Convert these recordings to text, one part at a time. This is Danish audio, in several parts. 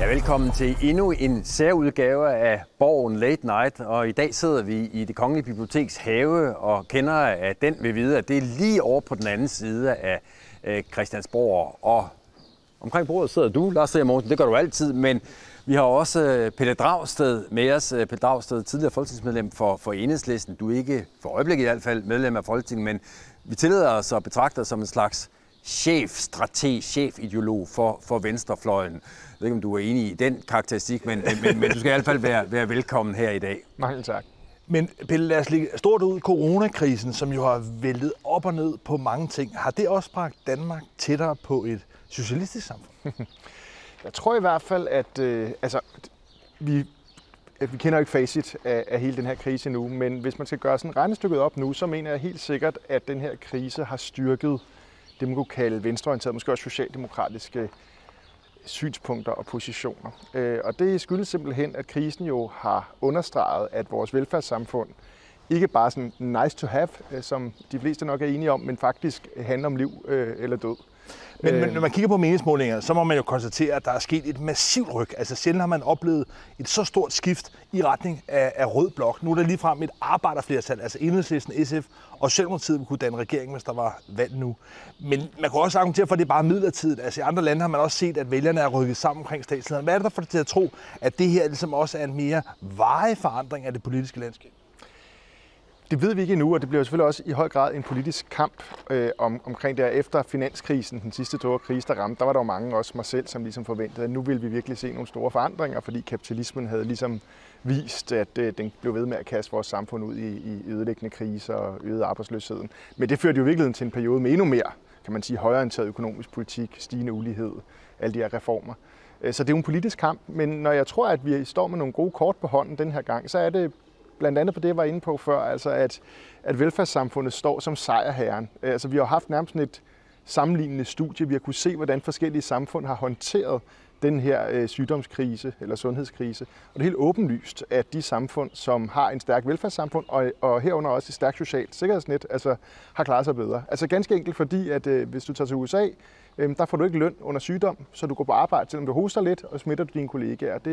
Velkommen til endnu en særudgave af Borgen Late Night, og i dag sidder vi i Det Kongelige Biblioteks have, og kender af den vil vide, at det er lige over på den anden side af Christiansborg. Og omkring bordet sidder du, Lars Trier Mogensen, det gør du altid, men vi har også Pelle Dragsted med os. Pelle Dragsted, tidligere folketingsmedlem for Enhedslisten. Du er ikke for øjeblikket i hvert fald medlem af Folketinget, men vi tillader os at betragte dig som en slags chefstrateg, chefideolog for venstrefløjen. Jeg ved ikke, om du er enig i den karakteristik, men du skal i hvert fald være velkommen her i dag. Mange tak. Men Pelle, lad os lægge stort ud. Coronakrisen, som jo har væltet op og ned på mange ting, har det også bragt Danmark tættere på et socialistisk samfund? Jeg tror i hvert fald, at vi kender ikke facit af hele den her krise nu, men hvis man skal gøre sådan regnestykket op nu, så mener jeg helt sikkert, at den her krise har styrket det, man kunne kalde venstreorienterede, måske også socialdemokratiske synspunkter og positioner. Og det skyldes simpelthen, at krisen jo har understreget, at vores velfærdssamfund ikke bare sådan nice to have, som de fleste nok er enige om, men faktisk handler om liv eller død. Men når man kigger på meningsmålinger, så må man jo konstatere, at der er sket et massivt ryk. Altså sjældent har man oplevet et så stort skift i retning af rød blok. Nu er der ligefrem et arbejderflertal, altså Enhedslisten, SF og Socialdemokratiet kunne danne regering, hvis der var valg nu. Men man kan også argumentere for, at det er bare midlertidigt. Altså i andre lande har man også set, at vælgerne er rykket sammen omkring statslederen. Hvad er det der for til at tro, at det her ligesom også er en mere varig forandring af det politiske landskab? Det ved vi ikke endnu, og det bliver selvfølgelig også i høj grad en politisk kamp omkring det her. Efter finanskrisen, den sidste store krise, der ramte, der var der jo mange, også mig selv, som ligesom forventede, at nu ville vi virkelig se nogle store forandringer, fordi kapitalismen havde ligesom vist, at den blev ved med at kaste vores samfund ud i ødelæggende kriser og øgede arbejdsløsheden. Men det førte jo i virkeligheden til en periode med endnu mere, kan man sige, højreorienteret økonomisk politik, stigende ulighed, alle de her reformer. Så det er jo en politisk kamp, men når jeg tror, at vi står med nogle gode kort på hånden den her gang, så er det blandt andet på det, jeg var inde på før, altså at velfærdssamfundet står som sejrherren. Altså vi har haft nærmest et sammenlignende studie. Vi har kunnet se, hvordan forskellige samfund har håndteret den her sygdomskrise eller sundhedskrise. Og det er helt åbenlyst, at de samfund, som har en stærk velfærdssamfund og herunder også et stærkt socialt sikkerhedsnet, altså har klaret sig bedre. Altså ganske enkelt fordi, at hvis du tager til USA, der får du ikke løn under sygdom, så du går på arbejde, selvom du hoster lidt og smitter du dine kollegaer.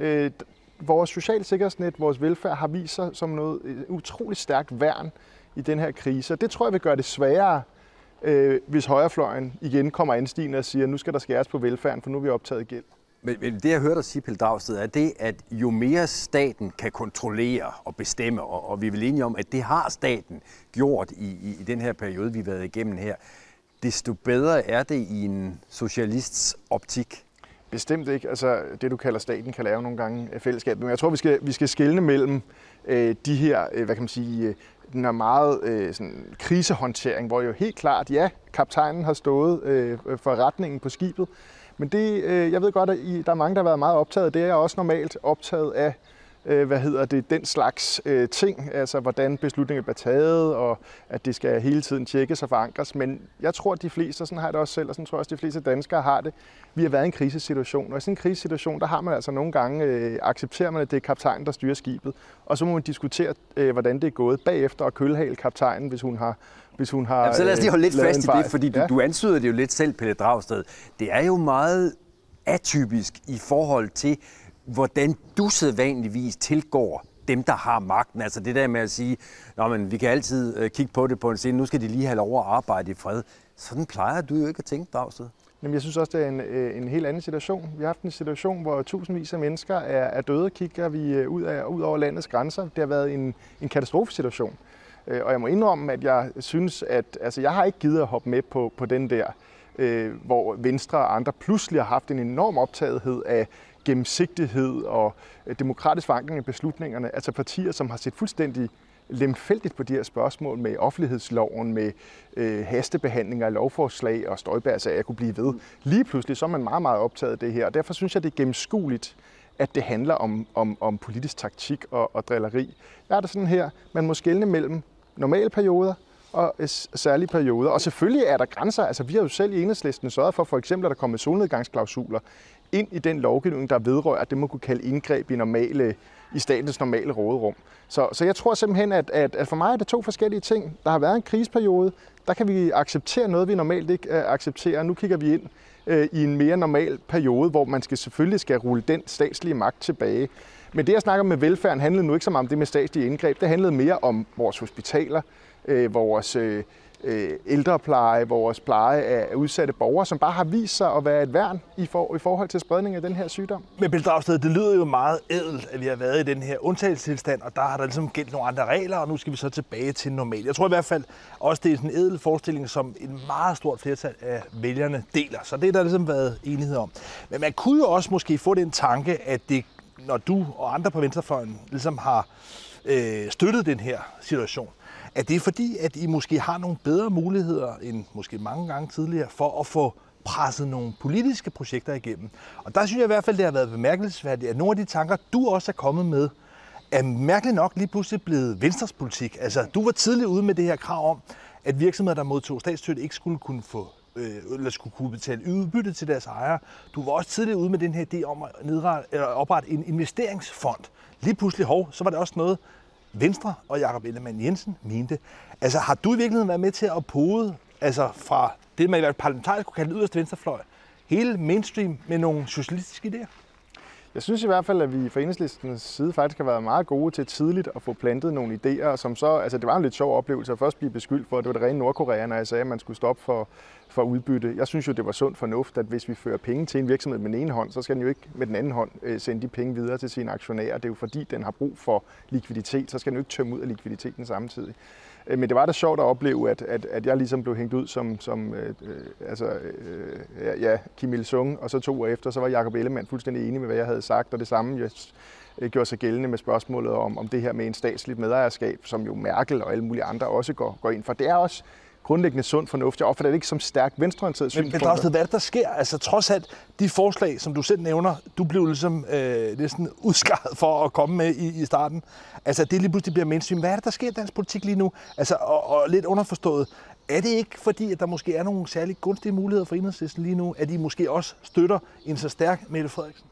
Vores sociale sikkerhedsnet, vores velfærd har vist sig som noget utroligt stærkt værn i den her krise. Det tror jeg vil gøre det sværere, hvis højrefløjen igen kommer anstigende og siger, at nu skal der skæres på velfærden, for nu er vi optaget gæld. Men det, jeg hørte dig sige, Pelle Dragsted, er det, at jo mere staten kan kontrollere og bestemme, og vi er vel enige om, at det har staten gjort i den her periode, vi har været igennem her, desto bedre er det i en socialists optik. Bestemt ikke. Altså det, du kalder staten, kan lave nogle gange fællesskab. Men jeg tror, vi skal skelne mellem de her, hvad kan man sige, den er meget sådan, krisehåndtering, hvor jo helt klart, ja, kaptajnen har stået for retningen på skibet. Men det, jeg ved godt, at der er mange, der har været meget optaget af det. Jeg er også normalt optaget af, den slags ting, altså hvordan beslutninger bliver taget, og at det skal hele tiden tjekkes og forankres. Men jeg tror, at de fleste, sådan har jeg det også selv, og sådan tror jeg også, at de fleste danskere har det. Vi har været i en krisesituation, og i sådan en krisesituation, der har man altså nogle gange, accepterer man, at det er kaptajnen, der styrer skibet. Og så må man diskutere, hvordan det er gået bagefter, og kølhale kaptajnen, hvis hun har ja, så lad os lige holde lidt fast i det, fordi du antyder det jo lidt selv, Pelle Dragsted. Det er jo meget atypisk i forhold til, hvordan du sædvanligvis tilgår dem, der har magten. Altså det der med at sige, vi kan altid kigge på det på en scene, nu skal de lige have lov at arbejde i fred. Sådan plejer du jo ikke at tænke, Dragsted. Jamen, jeg synes også, det er en helt anden situation. Vi har haft en situation, hvor tusindvis af mennesker er døde, kigger vi ud over landets grænser. Det har været en katastrofesituation. Og jeg må indrømme, at jeg synes, at jeg har ikke givet at hoppe med på den der, hvor Venstre og andre pludselig har haft en enorm optagethed af gennemsigtighed og demokratisk forankring i beslutningerne. Altså partier, som har set fuldstændig lemfældigt på de her spørgsmål med offentlighedsloven, med hastebehandlinger af lovforslag og Støjberg, jeg kunne blive ved. Lige pludselig så er man meget, meget optaget af det her, og derfor synes jeg, det er gennemskueligt, at det handler om politisk taktik og drilleri. Der er det sådan her, man må skelne mellem normale perioder og særlige perioder. Og selvfølgelig er der grænser. Altså, vi har jo selv i Enhedslisten sørget for eksempel, at der kommer solnedgangsklausuler ind i den lovgivning, der vedrører, at det må kunne kalde indgreb i statens normale råderum. Så jeg tror simpelthen, at for mig er det to forskellige ting. Der har været en kriseperiode, der kan vi acceptere noget, vi normalt ikke accepterer. Nu kigger vi ind i en mere normal periode, hvor man selvfølgelig skal rulle den statslige magt tilbage. Men det, jeg snakker med velfærden, handlede nu ikke så meget om det med statslige indgreb. Det handlede mere om vores hospitaler, vores ældrepleje, vores pleje af udsatte borgere, som bare har vist sig at være et værn i forhold til spredning af den her sygdom. Men Pelle Dragsted, det lyder jo meget ædelt, at vi har været i den her undtagelsestilstand, og der har der ligesom gældt nogle andre regler, og nu skal vi så tilbage til normalt. Jeg tror i hvert fald også, det er sådan en ædel forestilling, som et meget stort flertal af vælgerne deler. Så det er der ligesom været enighed om. Men man kunne jo også måske få den tanke, at det, når du og andre på venstrefløjen ligesom har støttet den her situation, at det er fordi, at I måske har nogle bedre muligheder end måske mange gange tidligere for at få presset nogle politiske projekter igennem. Og der synes jeg i hvert fald, det har været bemærkelsesværdigt, at nogle af de tanker, du også er kommet med, er mærkeligt nok lige pludselig blevet Venstres politik. Altså, du var tidligt ude med det her krav om, at virksomheder, der modtog statsstøtte, ikke skulle kunne få eller skulle kunne betale udbytte til deres ejere. Du var også tidligt ude med den her idé om at oprette en investeringsfond. Lige pludselig, så var det også noget, Venstre og Jakob Ellemann-Jensen mente. Altså, har du i virkeligheden været med til at pode, altså fra det, man i hvert fald parlamentarisk kunne kalde yderste venstrefløj, hele mainstream med nogle socialistiske idéer? Jeg synes i hvert fald, at vi fra Enhedslistens side faktisk har været meget gode til tidligt at få plantet nogle idéer, som så, altså det var en lidt sjov oplevelse at først blive beskyldt for, at det var det rene Nordkorea, når jeg sagde, at man skulle stoppe for udbytte. Jeg synes jo, det var sund fornuft, at hvis vi fører penge til en virksomhed med den ene hånd, så skal den jo ikke med den anden hånd sende de penge videre til sine aktionærer. Det er jo fordi, den har brug for likviditet, så skal den jo ikke tømme ud af likviditeten samtidig. Men det var da sjovt at opleve, at jeg ligesom blev hængt ud som Kim Il-sung, og så 2 år efter, så var Jakob Ellemann fuldstændig enig med, hvad jeg havde sagt, og det samme gjorde sig gældende med spørgsmålet om det her med en statsligt medejerskab, som jo Merkel og alle mulige andre også går ind for. Det er også grundlæggende sund fornuft. Jeg opfatter det ikke som stærkt venstreorienteret synspunkt. Men Dragsted, hvad er det, der sker? Altså trods alt de forslag, som du selv nævner, du blev ligesom næsten udskaret for at komme med i starten. Altså det lige pludselig bliver mainstream. Hvad er det, der sker i dansk politik lige nu? Altså og lidt underforstået. Er det ikke fordi, at der måske er nogle særlig gunstige muligheder for Enhedslisten lige nu, at I måske også støtter en så stærk Mette Frederiksen?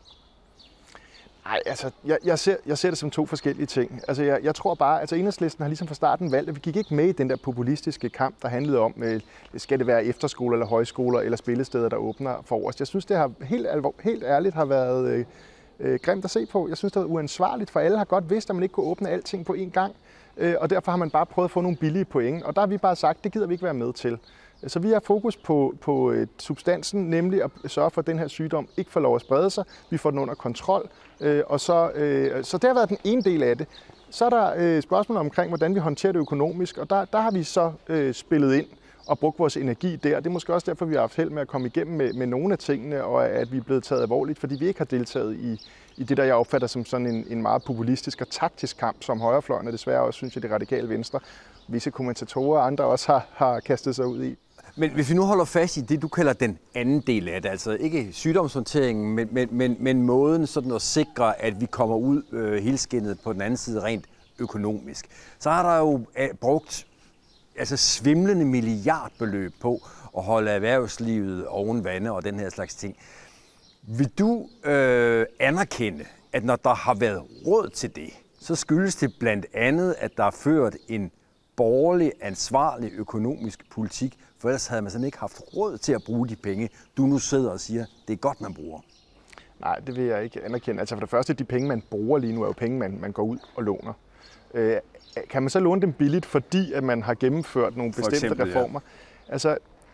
Nej, altså, jeg ser det som 2 forskellige ting. Altså, jeg tror bare, altså Enhedslisten har ligesom fra starten valgt, at vi gik ikke med i den der populistiske kamp, der handlede om, skal det være efterskoler eller højskoler eller spillesteder, der åbner for os. Jeg synes, det har helt ærligt har været grimt at se på. Jeg synes, det er uansvarligt, for alle har godt vidst, at man ikke kunne åbne alting på én gang. Og derfor har man bare prøvet at få nogle billige point. Og der har vi bare sagt, det gider vi ikke være med til. Så vi har fokus på substansen, nemlig at sørge for, at den her sygdom ikke får lov at sprede sig. Vi får den under kontrol. Så det har været den ene del af det. Så er der spørgsmål omkring, hvordan vi håndterer det økonomisk. Og der har vi så spillet ind og brugt vores energi der. Det er måske også derfor, vi har haft held med at komme igennem med nogle af tingene, og at vi er blevet taget alvorligt, fordi vi ikke har deltaget i det, der jeg opfatter som sådan en meget populistisk og taktisk kamp, som højrefløjen, og desværre også, synes jeg, det radikale venstre, visse kommentatorer og andre også har kastet sig ud i. Men hvis vi nu holder fast i det, du kalder den anden del af det, altså ikke sygdomshåndteringen, men måden sådan at sikre, at vi kommer ud helskindet på den anden side rent økonomisk, så har der jo brugt svimlende milliardbeløb på at holde erhvervslivet oven vande og den her slags ting. Vil du anerkende, at når der har været råd til det, så skyldes det blandt andet, at der er ført en borgerlig, ansvarlig økonomisk politik, for ellers havde man sådan ikke haft råd til at bruge de penge, du nu sidder og siger, det er godt, man bruger? Nej, det vil jeg ikke anerkende. Altså for det første, de penge, man bruger lige nu, er jo penge, man går ud og låner. Kan man så låne dem billigt, fordi at man har gennemført nogle bestemte reformer? Ja. Altså,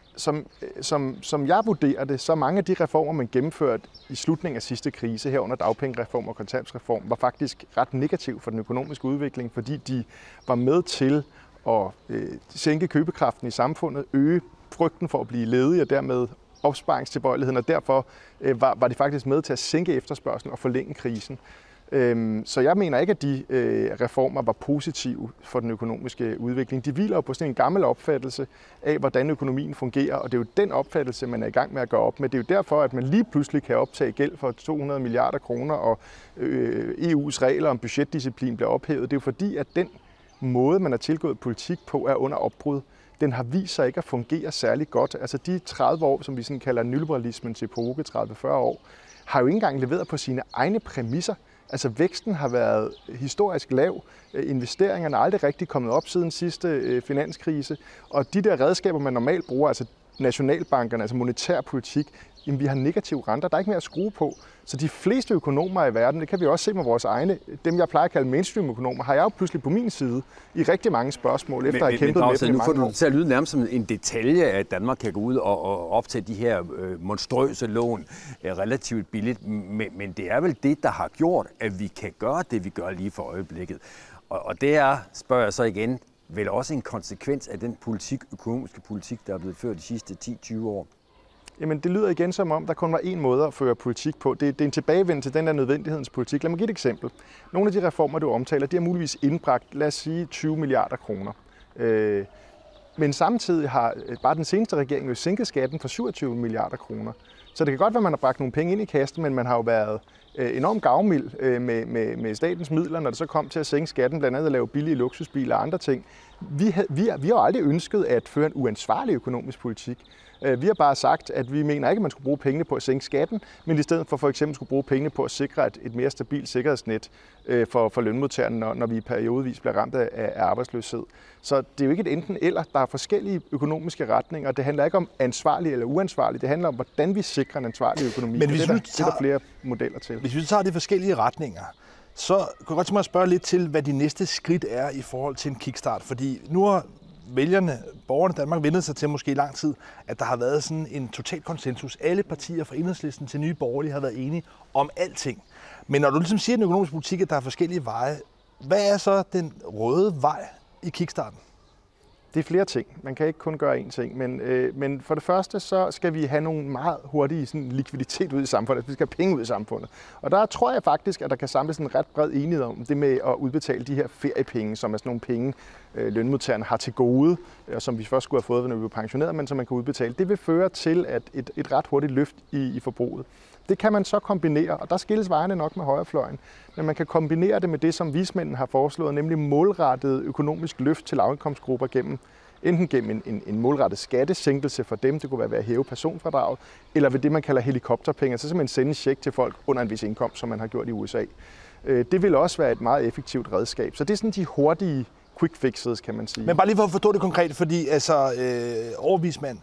som jeg vurderer det, så mange af de reformer, man gennemførte i slutningen af sidste krise, herunder dagpengereform og kontanthjælpsreform, var faktisk ret negativ for den økonomiske udvikling, fordi de var med til at sænke købekraften i samfundet, øge frygten for at blive ledig og dermed opsparingstilbøjeligheden, og derfor var de faktisk med til at sænke efterspørgslen og forlænge krisen. Så jeg mener ikke, at de reformer var positive for den økonomiske udvikling. De hviler jo på sådan en gammel opfattelse af, hvordan økonomien fungerer, og det er jo den opfattelse, man er i gang med at gøre op med. Det er jo derfor, at man lige pludselig kan optage gæld for 200 milliarder kroner, og EU's regler om budgetdisciplin bliver ophævet. Det er jo fordi, at den måde, man har tilgået politik på, er under opbrud. Den har vist sig ikke at fungere særlig godt. Altså de 30 år, som vi sådan kalder nyliberalismens epoke, 30-40 år, har jo ikke engang leveret på sine egne præmisser. Altså væksten har været historisk lav, investeringerne er aldrig rigtig kommet op siden sidste finanskrise, og de der redskaber, man normalt bruger, altså nationalbankerne, altså monetær politik, jamen vi har negative renter, der er ikke mere at skrue på. Så de fleste økonomer i verden, det kan vi også se med vores egne, dem jeg plejer at kalde mainstream-økonomer, har jeg jo pludselig på min side i rigtig mange spørgsmål, efter at have kæmpet med dem i mange år. Nu får du til at lyde nærmest som en detalje, at Danmark kan gå ud og optage de her monstrøse lån relativt billigt, men det er vel det, der har gjort, at vi kan gøre det, vi gør lige for øjeblikket. Og det er, spørger jeg så igen, vel også en konsekvens af den økonomiske politik, der er blevet ført de sidste 10-20 år? Jamen, det lyder igen som om, der kun var én måde at føre politik på. Det er en tilbagevend til den der nødvendighedens politik. Lad mig give et eksempel. Nogle af de reformer, du omtaler, de har muligvis indbragt, lad os sige, 20 milliarder kroner. Men samtidig har bare den seneste regering jo sænket skatten for 27 milliarder kroner. Så det kan godt være, at man har bragt nogle penge ind i kassen, men man har jo været enormt gavmild med statens midler, når det så kom til at sænke skatten, blandt andet at lave billige luksusbiler og andre ting. Vi har jo aldrig ønsket at føre en uansvarlig økonomisk politik. Vi har bare sagt, at vi mener ikke, at man skulle bruge pengene på at sænke skatten, men i stedet for eksempel skulle bruge pengene på at sikre et mere stabilt sikkerhedsnet for lønmodtagerne, når vi periodevis bliver ramt af arbejdsløshed. Så det er jo ikke et enten eller. Der er forskellige økonomiske retninger, og det handler ikke om ansvarlig eller uansvarlig. Det handler om, hvordan vi sikrer en ansvarlig økonomi. Men hvis det er der flere modeller til. Hvis vi tager de forskellige retninger, så kunne jeg godt tænke mig at spørge lidt til, hvad de næste skridt er i forhold til en kickstart. Fordi nu har vælgerne, borgerne i Danmark, vendet sig til måske i lang tid, at der har været sådan en total konsensus. Alle partier fra Enhedslisten til Nye Borgerlige har været enige om alting. Men når du ligesom siger, at den økonomiske politik, at der er forskellige veje, hvad er så den røde vej i kickstarten? Det er flere ting. Man kan ikke kun gøre én ting, men for det første så skal vi have nogle meget hurtige sådan, likviditet ud i samfundet. Altså, vi skal have penge ud i samfundet. Og der tror jeg faktisk, at der kan samles en ret bred enighed om det med at udbetale de her feriepenge, som er sådan nogle penge, lønmodtagerne har til gode, og som vi først skulle have fået, når vi var pensioneret, men som man kan udbetale. Det vil føre til at et ret hurtigt løft i forbruget. Det kan man så kombinere, og der skilles vejene nok med højrefløjen, men man kan kombinere det med det, som vismændene har foreslået, nemlig målrettet økonomisk løft til lavindkomstgrupper enten gennem en målrettet skattesænkelse for dem, det kunne være ved at hæve personfradraget, eller ved det, man kalder helikopterpenge, altså simpelthen sende en check til folk under en vis indkomst, som man har gjort i USA. Det vil også være et meget effektivt redskab. Så det er sådan de hurtige quick fixes, kan man sige. Men bare lige for at forstå det konkret, fordi altså overvismand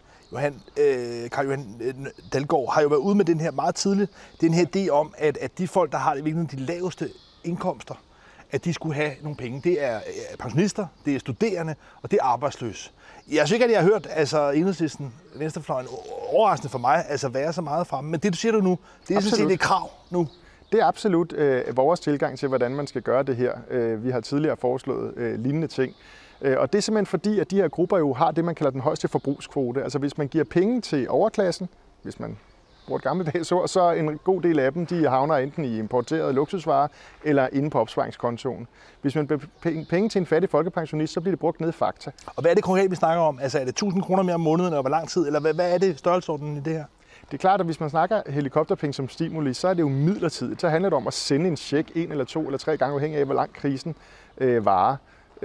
Carl Johan Dalgaard har jo været ude med den her meget tidligt, den her idé om, at de folk, der har de laveste indkomster, at de skulle have nogle penge. Det er pensionister, det er studerende, og det er arbejdsløse. Jeg synes ikke, at jeg har hørt Enhedslisten, venstrefløjen, overraskende for mig, altså være så meget fremme. Men det, du siger nu, det er sådan set et krav nu. Det er absolut vores tilgang til, hvordan man skal gøre det her. Vi har tidligere foreslået lignende ting. Og det er simpelthen fordi, at de her grupper jo har det, man kalder den højeste forbrugskvote. Altså hvis man giver penge til overklassen, hvis man bruger et gammeldags ord, så en god del af dem, de havner enten i importerede luksusvarer eller inde på opsparingskontoen. Hvis man giver penge til en fattig folkepensionist, så bliver det brugt ned i Fakta. Og hvad er det konkret, vi snakker om? Altså er det 1.000 kroner mere om måneden, eller hvor lang tid? Eller hvad er det størrelsesordenen i det her? Det er klart, at hvis man snakker helikopterpenge som stimuli, så er det jo midlertidigt. Så handler det om at sende en check 1 eller 2 eller 3 gange, afhængig af, hvor lang krisen varer.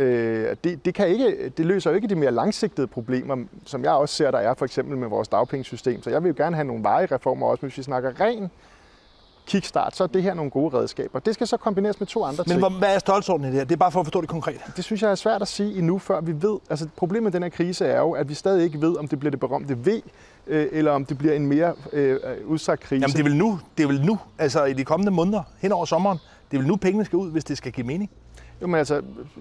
Det løser jo ikke de mere langsigtede problemer, som jeg også ser, der er for eksempel med vores dagpengesystem. Så jeg vil jo gerne have nogle varige reformer også, men hvis vi snakker ren kickstart, så er det her nogle gode redskaber. Det skal så kombineres med 2 andre ting. Men hvad er størrelsesordenen i det her? Det er bare for at forstå det konkret. Det synes jeg er svært at sige endnu, før vi ved. Altså problemet med den her krise er jo, at vi stadig ikke ved, om det bliver det berømte V, eller om det bliver en mere udstrakt krise. Jamen det er vel nu, altså i de kommende måneder, hen over sommeren, det er vel nu pengene skal ud, hvis det skal give mening? Jo, men altså,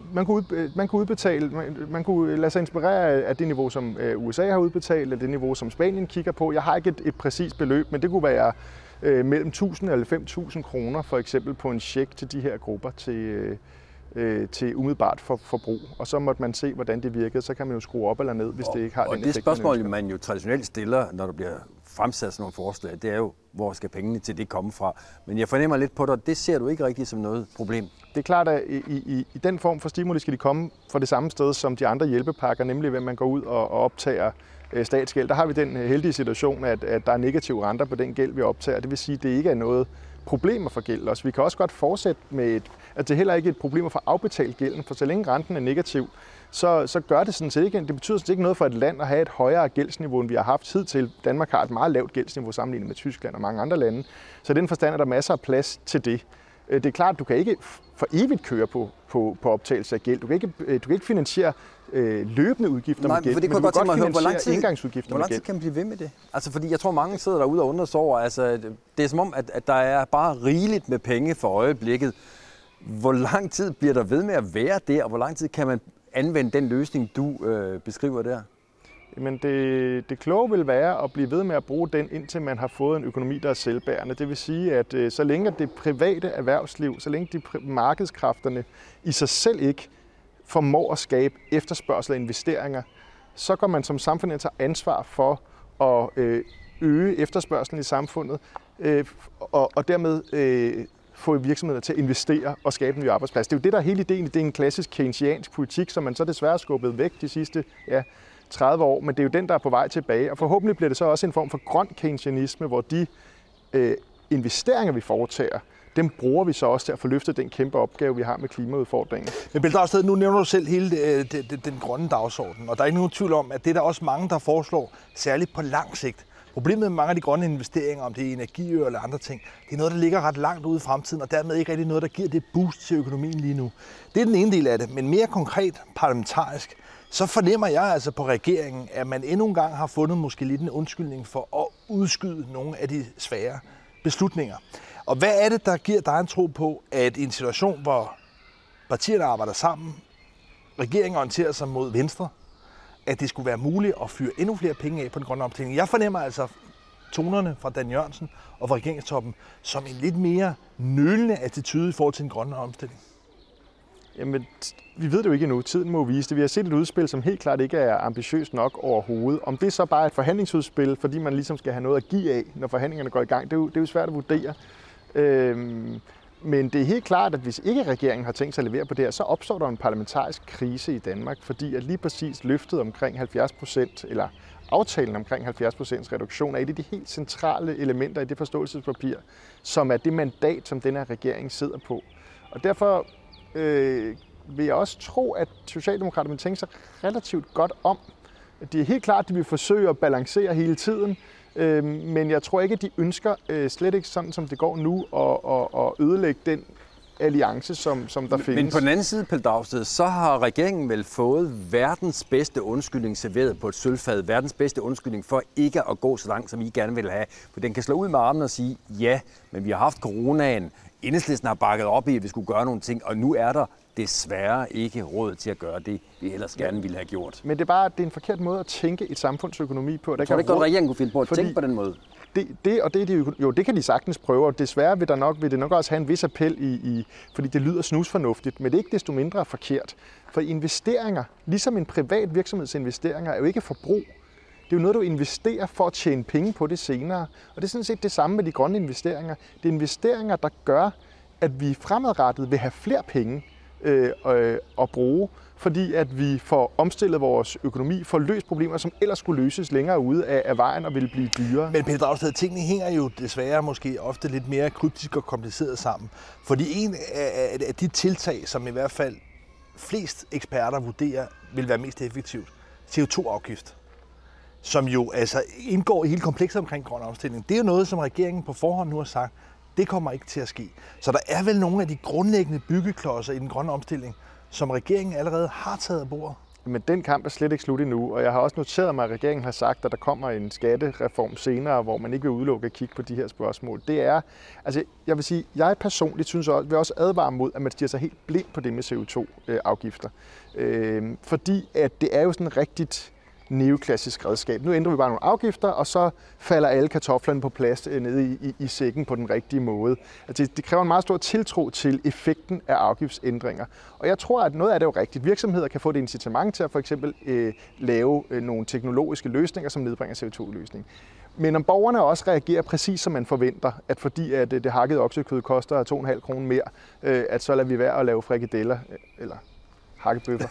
man kunne lade sig inspirere af det niveau, som USA har udbetalt, af det niveau, som Spanien kigger på. Jeg har ikke et præcist beløb, men det kunne være mellem 1.000 eller 5.000 kroner, for eksempel på en check til de her grupper til umiddelbart forbrug. Og så måtte man se, hvordan det virkede. Så kan man jo skrue op eller ned, hvis det ikke har den effekt. Og det spørgsmål, man jo traditionelt stiller, når der bliver fremsat sådan nogle forslag, det er jo, hvor skal pengene til det komme fra? Men jeg fornemmer lidt på dig, det ser du ikke rigtig som noget problem. Det er klart, at i den form for stimuli skal de komme fra det samme sted som de andre hjælpepakker, nemlig ved at man går ud og optager statsgæld. Der har vi den heldige situation, at der er negative renter på den gæld, vi optager. Det vil sige, at det ikke er noget problem at få gæld også. Vi kan også godt fortsætte med at det er heller ikke et problem at få afbetalt gælden, for så længe renten er negativ, så gør det sådan set ikke. Det betyder sådan set ikke noget for et land at have et højere gældsniveau, end vi har haft hidtil. Danmark har et meget lavt gældsniveau sammenlignet med Tyskland og mange andre lande. Så i den forstand er der masser af plads til det. Det er klart, at du kan ikke for evigt køre på optagelse af gæld. Du kan ikke finansiere løbende udgifter med gæld, for det men du kan godt finansiere engangsudgifter med gæld. Hvor lang tid kan man blive ved med det? Altså, fordi jeg tror, mange sidder derude og undrer sig over, altså, det er som om, at der er bare rigeligt med penge for øjeblikket. Hvor lang tid bliver der ved med at være der, og hvor lang tid kan man anvende den løsning, du beskriver der? Men det kloge vil være at blive ved med at bruge den, indtil man har fået en økonomi, der er selvbærende. Det vil sige, at så længe det private erhvervsliv, så længe markedskræfterne i sig selv ikke formår at skabe efterspørgsel og investeringer, så går man som samfund ind og tager ansvar for at øge efterspørgselen i samfundet, og dermed få virksomheder til at investere og skabe en ny arbejdsplads. Det er jo det, der er hele ideen. Det er en klassisk keynesiansk politik, som man så desværre skubbet væk de sidste 30 år, men det er jo den, der er på vej tilbage. Og forhåbentlig bliver det så også en form for grøn keynesianisme, hvor de investeringer, vi foretager, dem bruger vi så også til at få løftet den kæmpe opgave, vi har med klimaudfordringen. Men Pelle Dragsted, nu nævner du selv hele den grønne dagsorden, og der er ikke nogen tvivl om, at det er der også mange, der foreslår, særligt på lang sigt. Problemet med mange af de grønne investeringer, om det er energiøer eller andre ting, det er noget, der ligger ret langt ude i fremtiden, og dermed ikke rigtig noget, der giver det boost til økonomien lige nu. Det er den ene del af det, men mere konkret parlamentarisk, så fornemmer jeg altså på regeringen, at man endnu en gang har fundet måske lidt en undskyldning for at udskyde nogle af de svære beslutninger. Og hvad er det, der giver dig en tro på, at i en situation, hvor partierne arbejder sammen, regeringen orienterer sig mod venstre, at det skulle være muligt at fyre endnu flere penge af på den grønne omstilling? Jeg fornemmer altså tonerne fra Dan Jørgensen og fra regeringstoppen som en lidt mere nølende attitude i forhold til den grønne omstilling. Jamen, vi ved det jo ikke endnu. Tiden må vise det. Vi har set et udspil, som helt klart ikke er ambitiøst nok overhovedet. Om det så bare er et forhandlingsudspil, fordi man ligesom skal have noget at give af, når forhandlingerne går i gang, det er jo svært at vurdere. Men det er helt klart, at hvis ikke regeringen har tænkt sig at levere på det her, så opstår der en parlamentarisk krise i Danmark, fordi at lige præcis løftet omkring 70%, eller aftalen omkring 70% reduktion, er et af de helt centrale elementer i det forståelsespapir, som er det mandat, som den her regering sidder på. Og derfor vil jeg også tro, at Socialdemokraterne vil tænke sig relativt godt om. Det er helt klart, at de vil forsøge at balancere hele tiden, men jeg tror ikke, at de ønsker, slet ikke sådan som det går nu, at ødelægge den alliance, som der findes. Men på den anden side, Pelle Dragsted, så har regeringen vel fået verdens bedste undskyldning serveret på et sølvfad. Verdens bedste undskyldning for ikke at gå så langt, som I gerne vil have. For den kan slå ud med armen og sige, ja, men vi har haft coronaen. Enhedslisten har bakket op i, at vi skulle gøre nogle ting, og nu er der desværre ikke råd til at gøre det, vi ellers gerne ville have gjort. Men det er en forkert måde at tænke et samfundsøkonomi på. Jeg tror ikke godt, regeringen kunne finde på at tænke på den måde. Det kan de sagtens prøve, og desværre vil det nok også have en vis appel fordi det lyder snusfornuftigt, men det er ikke desto mindre forkert. For investeringer, ligesom en privat virksomhedsinvesteringer, er jo ikke forbrug. Det er jo noget, du investerer for at tjene penge på det senere. Og det er sådan set det samme med de grønne investeringer. Det er investeringer, der gør, at vi fremadrettet vil have flere penge at bruge, fordi at vi får omstillet vores økonomi, får løst problemer, som ellers skulle løses længere ude af vejen og ville blive dyrere. Men Pelle Dragsted, tingene hænger jo desværre måske ofte lidt mere kryptisk og kompliceret sammen. Fordi en af de tiltag, som i hvert fald flest eksperter vurderer vil være mest effektivt, CO2-afgift, som jo altså indgår i hele komplekset omkring grøn omstilling. Det er jo noget, som regeringen på forhånd nu har sagt, det kommer ikke til at ske. Så der er vel nogle af de grundlæggende byggeklodser i den grønne omstilling, som regeringen allerede har taget af bordet. Men den kamp er slet ikke slut endnu, og jeg har også noteret mig, at regeringen har sagt, at der kommer en skattereform senere, hvor man ikke vil udelukke at kigge på de her spørgsmål. Det er, altså jeg vil sige, jeg personligt vil også advare mod, at man stiger sig helt blind på det med CO2-afgifter. Fordi at det er jo sådan rigtigt neoklassisk redskab. Nu ændrer vi bare nogle afgifter, og så falder alle kartoflerne på plads nede i sækken på den rigtige måde. Altså, det kræver en meget stor tiltro til effekten af afgiftsændringer. Og jeg tror, at noget af det er jo rigtigt. Virksomheder kan få et incitament til at for eksempel lave nogle teknologiske løsninger, som nedbringer CO2-løsning. Men om borgerne også reagerer præcis som man forventer, at fordi at det hakkede oksekød koster 2,5 kroner mere, at så lader vi være at lave frikadeller, eller hakkebøffer.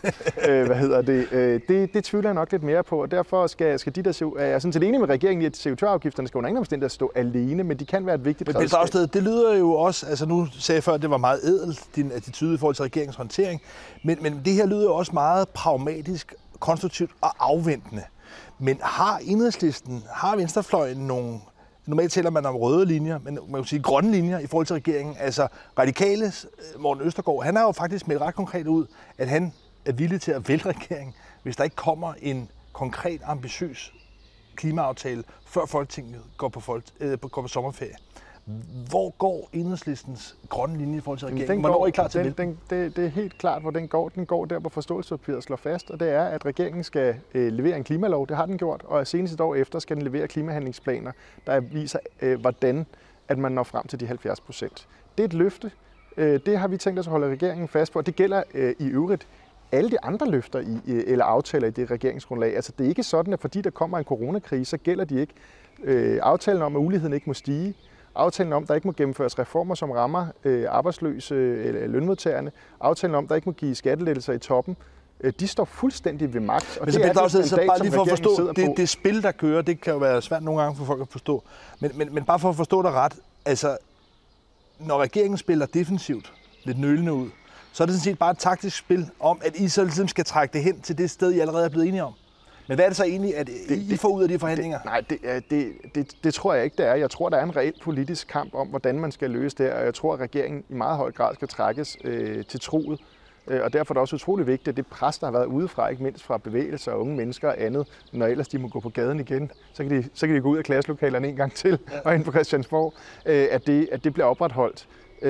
Det tvivler jeg nok lidt mere på, og derfor skal de der jeg er sådan set enig med regeringen i, at CO2-afgifterne skal under ingen omstændigheder stå alene, men de kan være et vigtigt redskab. Det lyder jo også, altså nu sagde jeg før, at det var meget ædelt, din attitude i forhold til regeringens håndtering, men det her lyder jo også meget pragmatisk, konstruktivt og afventende. Men har Enhedslisten, har venstrefløjen nogle, normalt taler man om røde linjer, men man kan sige grønne linjer i forhold til regeringen. Altså Radikales Morten Østergaard, han har jo faktisk meldt ret konkret ud, at han er villig til at vælte regeringen, hvis der ikke kommer en konkret, ambitiøs klimaaftale, før Folketinget går på sommerferie. Hvor går Enhedslistens grønne linje i forhold til regeringen? Hvornår er I klar til det er helt klart, hvor den går. Den går der, hvor forståelsespapiret slår fast, og det er, at regeringen skal levere en klimalov. Det har den gjort, og senest et år efter skal den levere klimahandlingsplaner, der viser, hvordan at man når frem til de 70%. Det er et løfte. Det har vi tænkt os at holde regeringen fast på, og det gælder i øvrigt alle de andre løfter eller aftaler i det regeringsgrundlag. Altså det er ikke sådan, at fordi der kommer en coronakrise, så gælder de ikke. Aftalen om, at uligheden ikke må stige, aftalen om, at der ikke må gennemføres reformer, som rammer arbejdsløse eller lønmodtagerne, aftalen om, at der ikke må give skattelettelser i toppen, de står fuldstændig ved magt. Og men det er også bare lige for at forstå, det spil, der kører, det kan jo være svært nogle gange for folk at forstå. Men bare for at forstå dig ret, altså når regeringen spiller defensivt, lidt nølende ud, så er det sådan set bare et taktisk spil om, at I så ligesom skal trække det hen til det sted, I allerede er blevet enige om. Men hvad er det så egentlig, at I får ud af de forhandlinger? Det tror jeg ikke, det er. Jeg tror, der er en reel politisk kamp om, hvordan man skal løse det, og jeg tror, at regeringen i meget høj grad skal trækkes til truet. Og derfor er det også utrolig vigtigt, at det pres, der har været udefra, ikke mindst fra bevægelser og unge mennesker og andet, når ellers de må gå på gaden igen, så kan de gå ud af klasselokalerne en gang til og ind på Christiansborg, at det bliver opretholdt.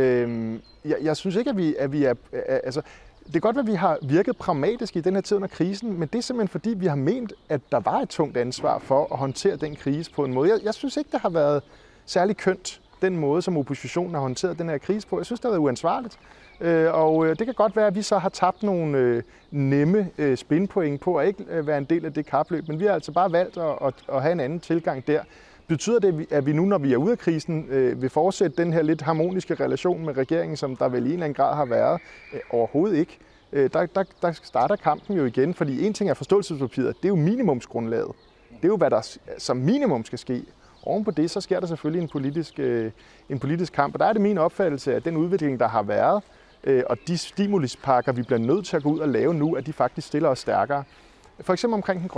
Jeg synes ikke, at vi er altså, det kan godt være, at vi har virket pragmatisk i den her tid under krisen, men det er simpelthen fordi, vi har ment, at der var et tungt ansvar for at håndtere den krise på en måde. Jeg synes ikke, det har været særlig kønt, den måde, som oppositionen har håndteret den her krise på. Jeg synes, det har været uansvarligt. Og det kan godt være, at vi så har tabt nogle nemme spinpoint på at ikke være en del af det kapløb, men vi har altså bare valgt at have en anden tilgang der. Betyder det, at vi nu, når vi er ude af krisen, vil fortsætte den her lidt harmoniske relation med regeringen, som der vel i en eller anden grad har været? Overhovedet ikke. Der starter kampen jo igen, fordi en ting er forståelsespapiret, det er jo minimumsgrundlaget. Det er jo, hvad der som minimum skal ske. Oven på det, så sker der selvfølgelig en politisk kamp, og der er det min opfattelse, at den udvikling, der har været, og de stimulispakker, vi bliver nødt til at gå ud og lave nu, at de faktisk stiller os stærkere. For eksempel omkring den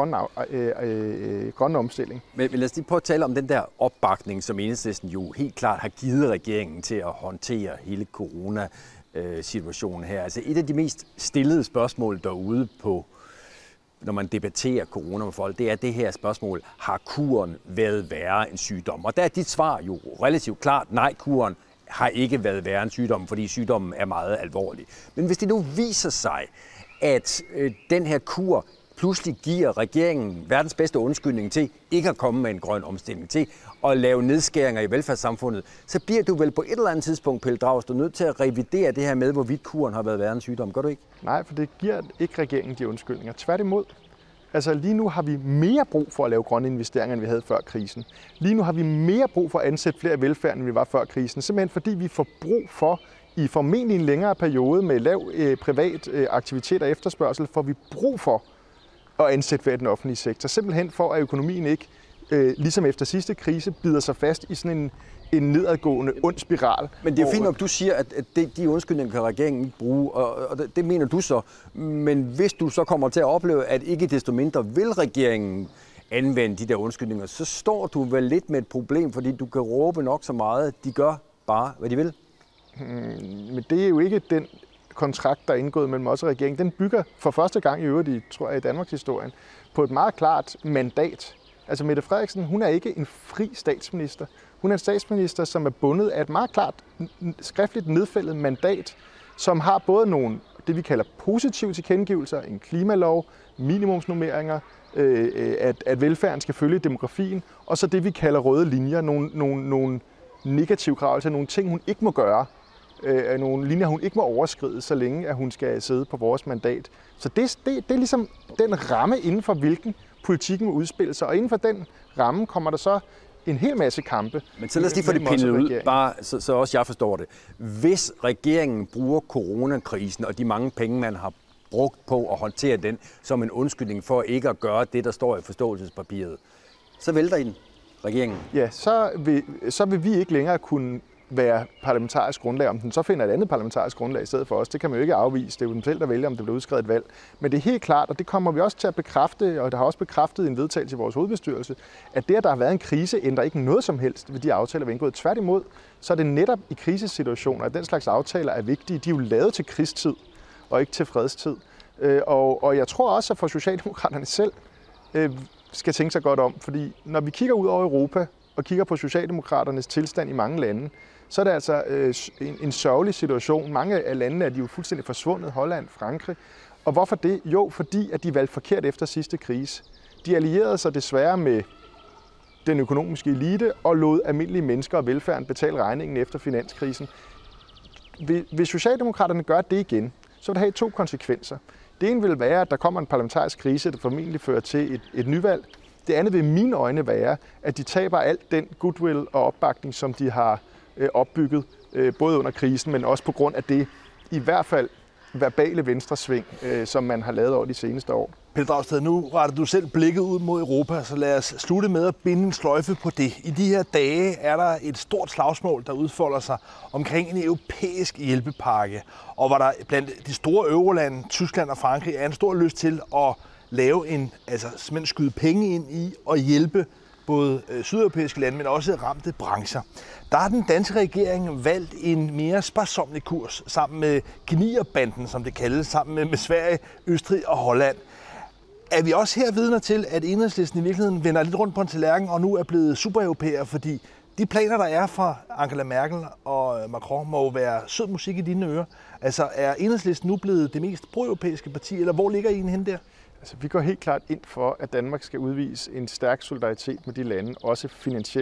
grønne omstilling. Men lad os lige prøve at tale om den der opbakning, som Enhedslisten jo helt klart har givet regeringen til at håndtere hele corona-situationen her. Altså et af de mest stillede spørgsmål derude på, når man debatterer corona med folk, det er det her spørgsmål, har kuren været værre end sygdom? Og der er dit svar jo relativt klart, nej, kuren har ikke været værre end sygdommen, fordi sygdommen er meget alvorlig. Men hvis det nu viser sig, at den her kur pludselig giver regeringen verdens bedste undskyldning til ikke at komme med en grøn omstilling, til at lave nedskæringer i velfærdssamfundet, så bliver du vel på et eller andet tidspunkt, Pelle Dragsted, nødt til at revidere det her med, hvorvidt kuren har været værre end sygdom. Gør du ikke? Nej, for det giver ikke regeringen de undskyldninger. Tværtimod. Altså lige nu har vi mere brug for at lave grønne investeringer, end vi havde før krisen. Lige nu har vi mere brug for at ansætte flere i velfærden, end vi var før krisen. Simpelthen fordi vi får brug for, i formentlig en længere periode med lav privat aktivitet og efterspørgsel, får vi brug for at ansætte flere i den offentlige sektor. Simpelthen for, at økonomien ikke, ligesom efter sidste krise, bider sig fast i sådan en nedadgående ond spiral. Men det er jo fint nok, du siger, at de undskyldninger kan regeringen ikke bruge, og det mener du så. Men hvis du så kommer til at opleve, at ikke desto mindre vil regeringen anvende de der undskyldninger, så står du vel lidt med et problem, fordi du kan råbe nok så meget, de gør bare, hvad de vil. Men det er jo ikke den kontrakt, der er indgået mellem os og regeringen. Den bygger for første gang i øvrigt, tror jeg, i Danmarks historien, på et meget klart mandat. Altså Mette Frederiksen, hun er ikke en fri statsminister. Hun er en statsminister, som er bundet af et meget klart skriftligt nedfældet mandat, som har både nogle, det vi kalder positive tilkendegivelser, en klimalov, minimumsnormeringer, at velfærden skal følge demografien, og så det vi kalder røde linjer, nogle negative krav, altså nogle ting, hun ikke må gøre, nogle linjer, hun ikke må overskride, så længe at hun skal sidde på vores mandat. Så det er ligesom den ramme, inden for hvilken politikken må udspille sig, og inden for den ramme kommer der så en hel masse kampe. Men så lad os lige få det pindet ud, bare så også jeg forstår det. Hvis regeringen bruger coronakrisen og de mange penge, man har brugt på at håndtere den som en undskyldning for ikke at gøre det, der står i forståelsespapiret. Så vælter I den, regeringen. Ja, så vil vi ikke længere kunne være parlamentarisk grundlag. Om den så finder et andet parlamentarisk grundlag i stedet for os, det kan man jo ikke afvise. Det er jo dem selv, der vælger, om det bliver udskrevet et valg. Men det er helt klart, og det kommer vi også til at bekræfte, og der har også bekræftet i en vedtagelse i vores hovedbestyrelse, at det, at der har været en krise, ændrer ikke noget som helst ved de aftaler, vi har indgået. Tværtimod, så er det netop i krisesituationer, at den slags aftaler er vigtige. De er jo lavet til krigstid, og ikke til fredstid. Og jeg tror også, at for Socialdemokraterne selv skal tænke sig godt om, fordi når vi kigger ud over Europa og kigger på Socialdemokraternes tilstand i mange lande, så er det altså en sørgelig situation. Mange af landene er de jo fuldstændig forsvundet, Holland, Frankrig. Og hvorfor det? Jo, fordi at de valgte forkert efter sidste krise. De allierede sig desværre med den økonomiske elite og lod almindelige mennesker og velfærden betale regningen efter finanskrisen. Hvis Socialdemokraterne gør det igen, så vil det have 2 konsekvenser. Det ene vil være, at der kommer en parlamentarisk krise, der formentlig fører til et nyvalg. Det andet vil i mine øjne være, at de taber alt den goodwill og opbakning, som de har opbygget, både under krisen, men også på grund af det i hvert fald verbale venstresving, som man har lavet over de seneste år. Pelle Dragsted, nu retter du selv blikket ud mod Europa, så lad os slutte med at binde en sløjfe på det. I de her dage er der et stort slagsmål, der udfolder sig omkring en europæisk hjælpepakke, og hvor der blandt de store eurolande, Tyskland og Frankrig, er en stor lyst til at lave simpelthen skyde penge ind i og hjælpe både sydeuropæiske lande, men også ramte brancher. Der har den danske regering valgt en mere sparsommelig kurs sammen med Gnierbanden, som det kaldes, sammen med Sverige, Østrig og Holland. Er vi også her vidner til, at Enhedslisten i virkeligheden vender lidt rundt på en tallerken og nu er blevet supereuropæer, fordi de planer, der er fra Angela Merkel og Macron, må jo være sød musik i dine ører. Altså, er Enhedslisten nu blevet det mest pro-europæiske parti, eller hvor ligger I henne der? Altså, vi går helt klart ind for, at Danmark skal udvise en stærk solidaritet med de lande, også finansiel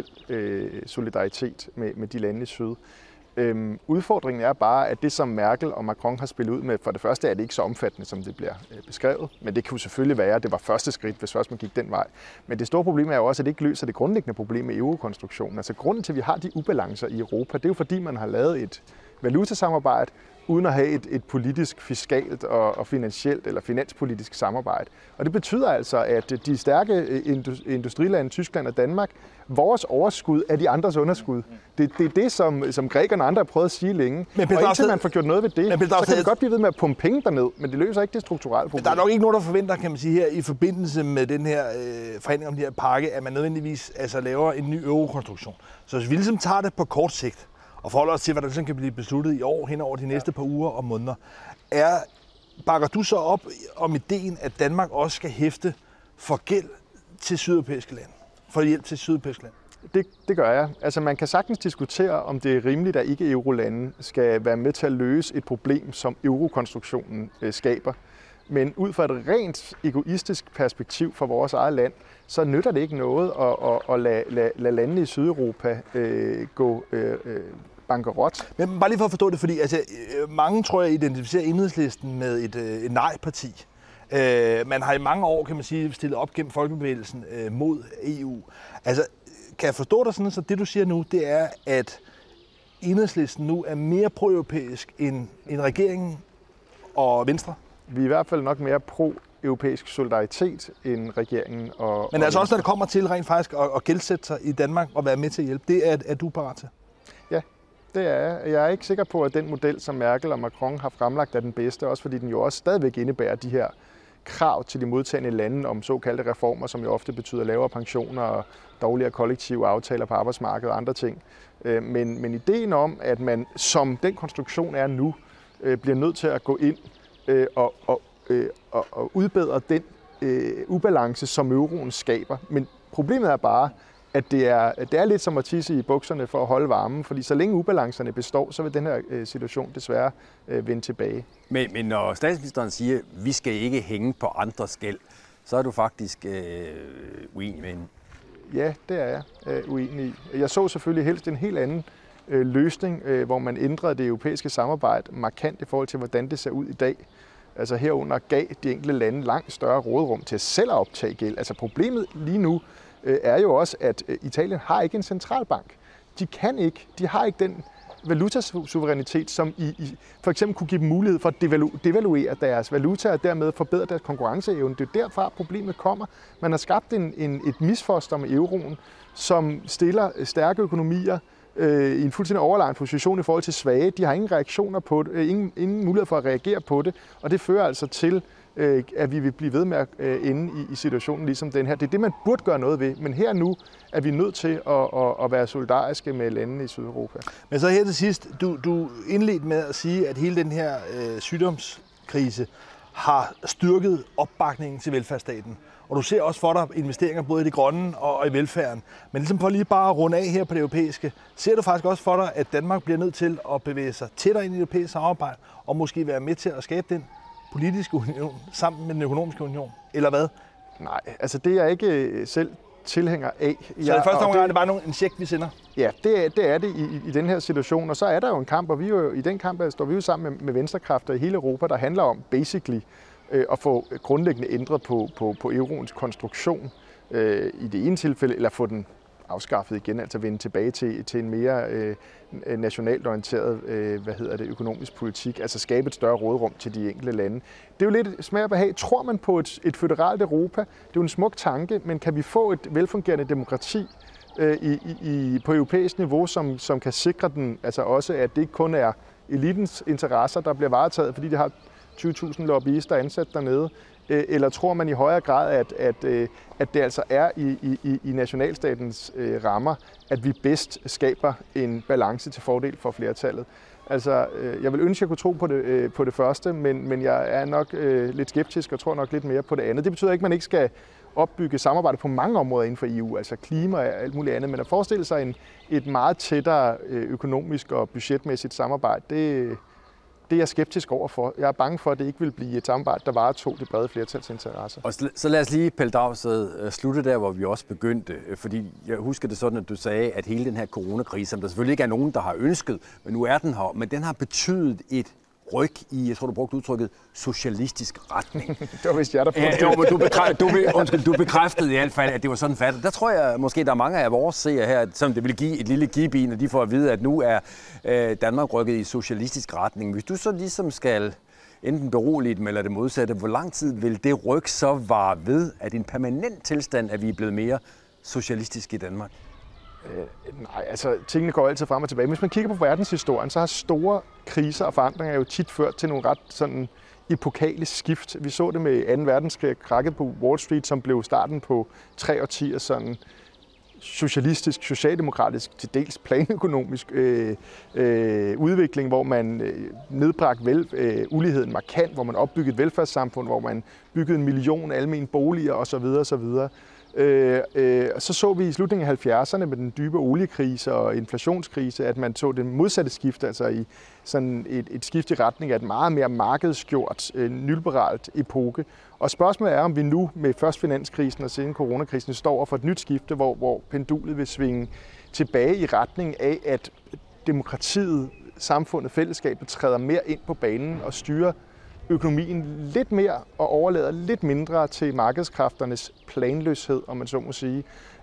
solidaritet med de lande i syd. Udfordringen er bare, at det, som Merkel og Macron har spillet ud med, for det første er det ikke så omfattende, som det bliver beskrevet, men det kan jo selvfølgelig være, at det var første skridt, hvis først man gik den vej. Men det store problem er jo også, at det ikke løser det grundlæggende problem med eurokonstruktionen. Altså grunden til, at vi har de ubalancer i Europa, det er jo fordi, man har lavet et valutasamarbejde, uden at have et politisk, fiskalt og finansielt eller finanspolitisk samarbejde. Og det betyder altså, at de stærke industrilande, Tyskland og Danmark, vores overskud er de andres underskud. Det er det, som grækerne og andre har prøvet at sige længe. Og indtil man får gjort noget ved det, så kan vi godt blive ved med at pumpe penge derned, men det løser ikke det strukturelle problem. Der er nok ikke nogen, der forventer, kan man sige, her i forbindelse med den her forhandling om den her pakke, at man nødvendigvis laver en ny eurokonstruktion. Så hvis vi ligesom tager det på kort sigt, og forholder os til, hvad der sådan kan blive besluttet i år, hen over de næste par uger og måneder. Bakker du så op om ideen, at Danmark også skal hæfte for gæld til sydeuropæiske lande? For hjælp til sydeuropæiske lande? Det gør jeg. Altså man kan sagtens diskutere, om det er rimeligt, at ikke-eurolande skal være med til at løse et problem, som eurokonstruktionen skaber. Men ud fra et rent egoistisk perspektiv for vores eget land, så nytter det ikke noget at lade landene i Sydeuropa gå bankerot. Men bare lige for at forstå det, fordi mange, tror jeg, identificerer Enhedslisten med et nej-parti. Man har i mange år, kan man sige, stillet op gennem folkebevægelsen mod EU. Altså, kan jeg forstå dig sådan, så det du siger nu, det er, at Enhedslisten nu er mere pro-europæisk end regeringen og Venstre? Vi er i hvert fald nok mere pro-europæisk solidaritet end regeringen og Men altså også, når det kommer til rent faktisk at gældsætte sig i Danmark og være med til at hjælpe, det er du parat til? Ja, det er jeg. Jeg er ikke sikker på, at den model, som Merkel og Macron har fremlagt, er den bedste, også fordi den jo også stadigvæk indebærer de her krav til de modtagende lande om såkaldte reformer, som jo ofte betyder lavere pensioner og dårligere kollektive aftaler på arbejdsmarkedet og andre ting. Men ideen om, at man, som den konstruktion er nu, bliver nødt til at gå ind og udbedre den ubalance, som euroen skaber. Men problemet er bare, at det er lidt som at tisse i bukserne for at holde varmen, fordi så længe ubalancerne består, så vil den her situation desværre vende tilbage. Men når statsministeren siger, at vi skal ikke hænge på andres gæld, så er du faktisk uenig med hende? Ja, det er jeg uenig i. Jeg så selvfølgelig helst en helt anden løsning, hvor man ændrede det europæiske samarbejde markant i forhold til, hvordan det ser ud i dag. Altså herunder gav de enkelte lande langt større råderum til selv at optage gæld. Altså problemet lige nu er jo også, at Italien har ikke en centralbank. De har ikke den valutasuverænitet, som for eksempel kunne give dem mulighed for at devaluere deres valuta og dermed forbedre deres konkurrenceevne. Det er derfra problemet kommer. Man har skabt et misfoster med euroen, som stiller stærke økonomier i en fuldstændig overlegen position i forhold til svage. De har ingen reaktioner på det, ingen mulighed for at reagere på det, og det fører altså til, at vi vil blive ved med at ende i situationen ligesom den her. Det er det, man burde gøre noget ved, men her nu er vi nødt til at være solidariske med landene i Sydeuropa. Men så her til sidst, du indledte med at sige, at hele den her sygdomskrise har styrket opbakningen til velfærdsstaten. Og du ser også for dig investeringer både i det grønne og i velfærden. Men ligesom for lige bare at runde af her på det europæiske, ser du faktisk også for dig, at Danmark bliver nødt til at bevæge sig tættere ind i det europæiske samarbejde og måske være med til at skabe den politiske union sammen med den økonomiske union, eller hvad? Nej, altså det er jeg ikke selv tilhænger af. Så det første omgang er det bare en check, vi sender? Ja, det er det i den her situation, og så er der jo en kamp, og i den kamp står vi jo sammen med venstrekræfter i hele Europa, der handler om basically at få grundlæggende ændret på euroens konstruktion i det ene tilfælde, eller få den afskaffet igen, altså vende tilbage til en mere nationalt orienteret økonomisk politik, altså skabe et større råderum til de enkelte lande. Det er jo lidt smag og behag. Tror man på et føderalt Europa? Det er jo en smuk tanke, men kan vi få et velfungerende demokrati på europæisk niveau, som kan sikre den, altså også, at det ikke kun er elitens interesser, der bliver varetaget, fordi de har 20.000 lobbyister ansat dernede, eller tror man i højere grad, at det altså er i nationalstatens rammer, at vi bedst skaber en balance til fordel for flertallet? Altså, jeg vil ønske, at jeg kunne tro på det første, men jeg er nok lidt skeptisk og tror nok lidt mere på det andet. Det betyder ikke, at man ikke skal opbygge samarbejde på mange områder inden for EU, altså klima og alt muligt andet, men at forestille sig et meget tættere økonomisk og budgetmæssigt samarbejde, det er jeg skeptisk overfor. Jeg er bange for, at det ikke vil blive et samarbejde, der varetog det brede flertals interesser. Og så lad os lige, Pelle Dragsted, slutte der, hvor vi også begyndte. Fordi jeg husker det sådan, at du sagde, at hele den her coronakrise, som der selvfølgelig ikke er nogen, der har ønsket, men nu er den her, men den har betydet et ryg i, jeg tror, du brugte udtrykket, socialistisk retning. Det var vist jeg, der du bekræftede i hvert fald, at det var sådan fattigt. Der tror jeg måske, der er mange af vores seere her, som det vil give et lille give i, når de får at vide, at nu er Danmark rykket i socialistisk retning. Hvis du så ligesom skal enten berolige dem eller det modsatte, hvor lang tid vil det ryg så vare ved, at en permanent tilstand, at vi er blevet mere socialistiske i Danmark? Nej, altså tingene går altid frem og tilbage. Hvis man kigger på verdenshistorien, så har store kriser og forandringer jo tit ført til nogle ret sådan epokale skift. Vi så det med 2. verdenskrig, krakket på Wall Street, som blev starten på 3 årtier sådan socialistisk, socialdemokratisk, til dels planøkonomisk udvikling, hvor man nedbragte uligheden markant, hvor man opbyggede et velfærdssamfund, hvor man byggede 1 million almene boliger osv. osv. Så vi i slutningen af 70'erne med den dybe oliekrise og inflationskrise, at man så det modsatte skift, altså i sådan et skift i retning af et meget mere markedsgjort, nyliberalt epoke. Og spørgsmålet er, om vi nu med først finanskrisen og siden coronakrisen står over for et nyt skifte, hvor pendulet vil svinge tilbage i retning af, at demokratiet, samfundet, fællesskabet træder mere ind på banen og styrer økonomien lidt mere og overlader lidt mindre til markedskræfternes planløshed, om man så må sige.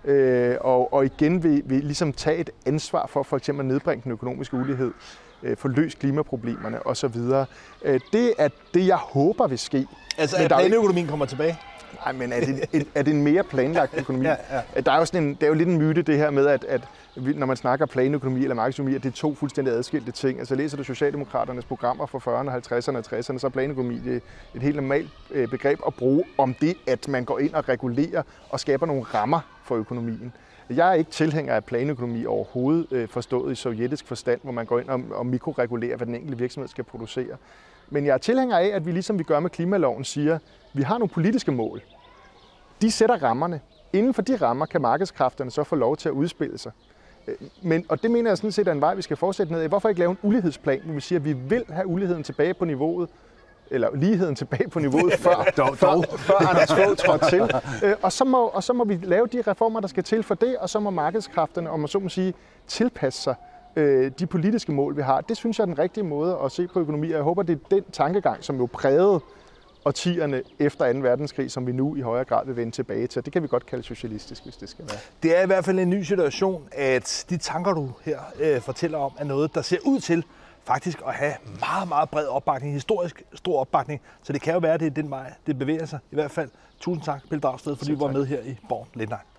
Og igen vil ligesom tage et ansvar for eksempel at nedbringe den økonomiske ulighed, få løst klimaproblemerne osv. Det er det, jeg håber vil ske. Altså at planøkonomien kommer tilbage? Nej, men er det en mere planlagt økonomi? Ja. Der er jo det er jo lidt en myte, det her med, at når man snakker planøkonomi eller markedsøkonomi, at det er 2 fuldstændig adskilte ting. Altså læser du Socialdemokraternes programmer fra 40'erne, 50'erne og 60'erne, så er planøkonomi et helt normalt begreb at bruge om det, at man går ind og regulerer og skaber nogle rammer for økonomien. Jeg er ikke tilhænger af planøkonomi overhovedet, forstået i sovjetisk forstand, hvor man går ind og mikroregulerer, hvad den enkelte virksomhed skal producere. Men jeg er tilhænger af, at vi ligesom vi gør med klimaloven siger, vi har nogle politiske mål. De sætter rammerne. Inden for de rammer kan markedskræfterne så få lov til at udspille sig. Og det mener jeg sådan set er en vej, vi skal fortsætte ned i. Hvorfor ikke lave en ulighedsplan, hvor vi siger, at vi vil have uligheden tilbage på niveauet, eller ligheden tilbage på niveauet, før Anders Fogh trådte til. Og så må vi lave de reformer, der skal til for det, og så må markedskræfterne, om man så må sige, tilpasse sig de politiske mål, vi har. Det synes jeg er den rigtige måde at se på økonomi, og jeg håber, det er den tankegang, som jo prægede årtierne efter 2. verdenskrig, som vi nu i højere grad vil vende tilbage til. Det kan vi godt kalde socialistisk, hvis det skal være. Det er i hvert fald en ny situation, at de tanker, du her fortæller om, er noget, der ser ud til faktisk at have meget, meget bred opbakning, historisk stor opbakning. Så det kan jo være, at det er den vej, det bevæger sig. I hvert fald tusind tak, Pelle Dragsted, fordi du var med her i Borgen Late Night.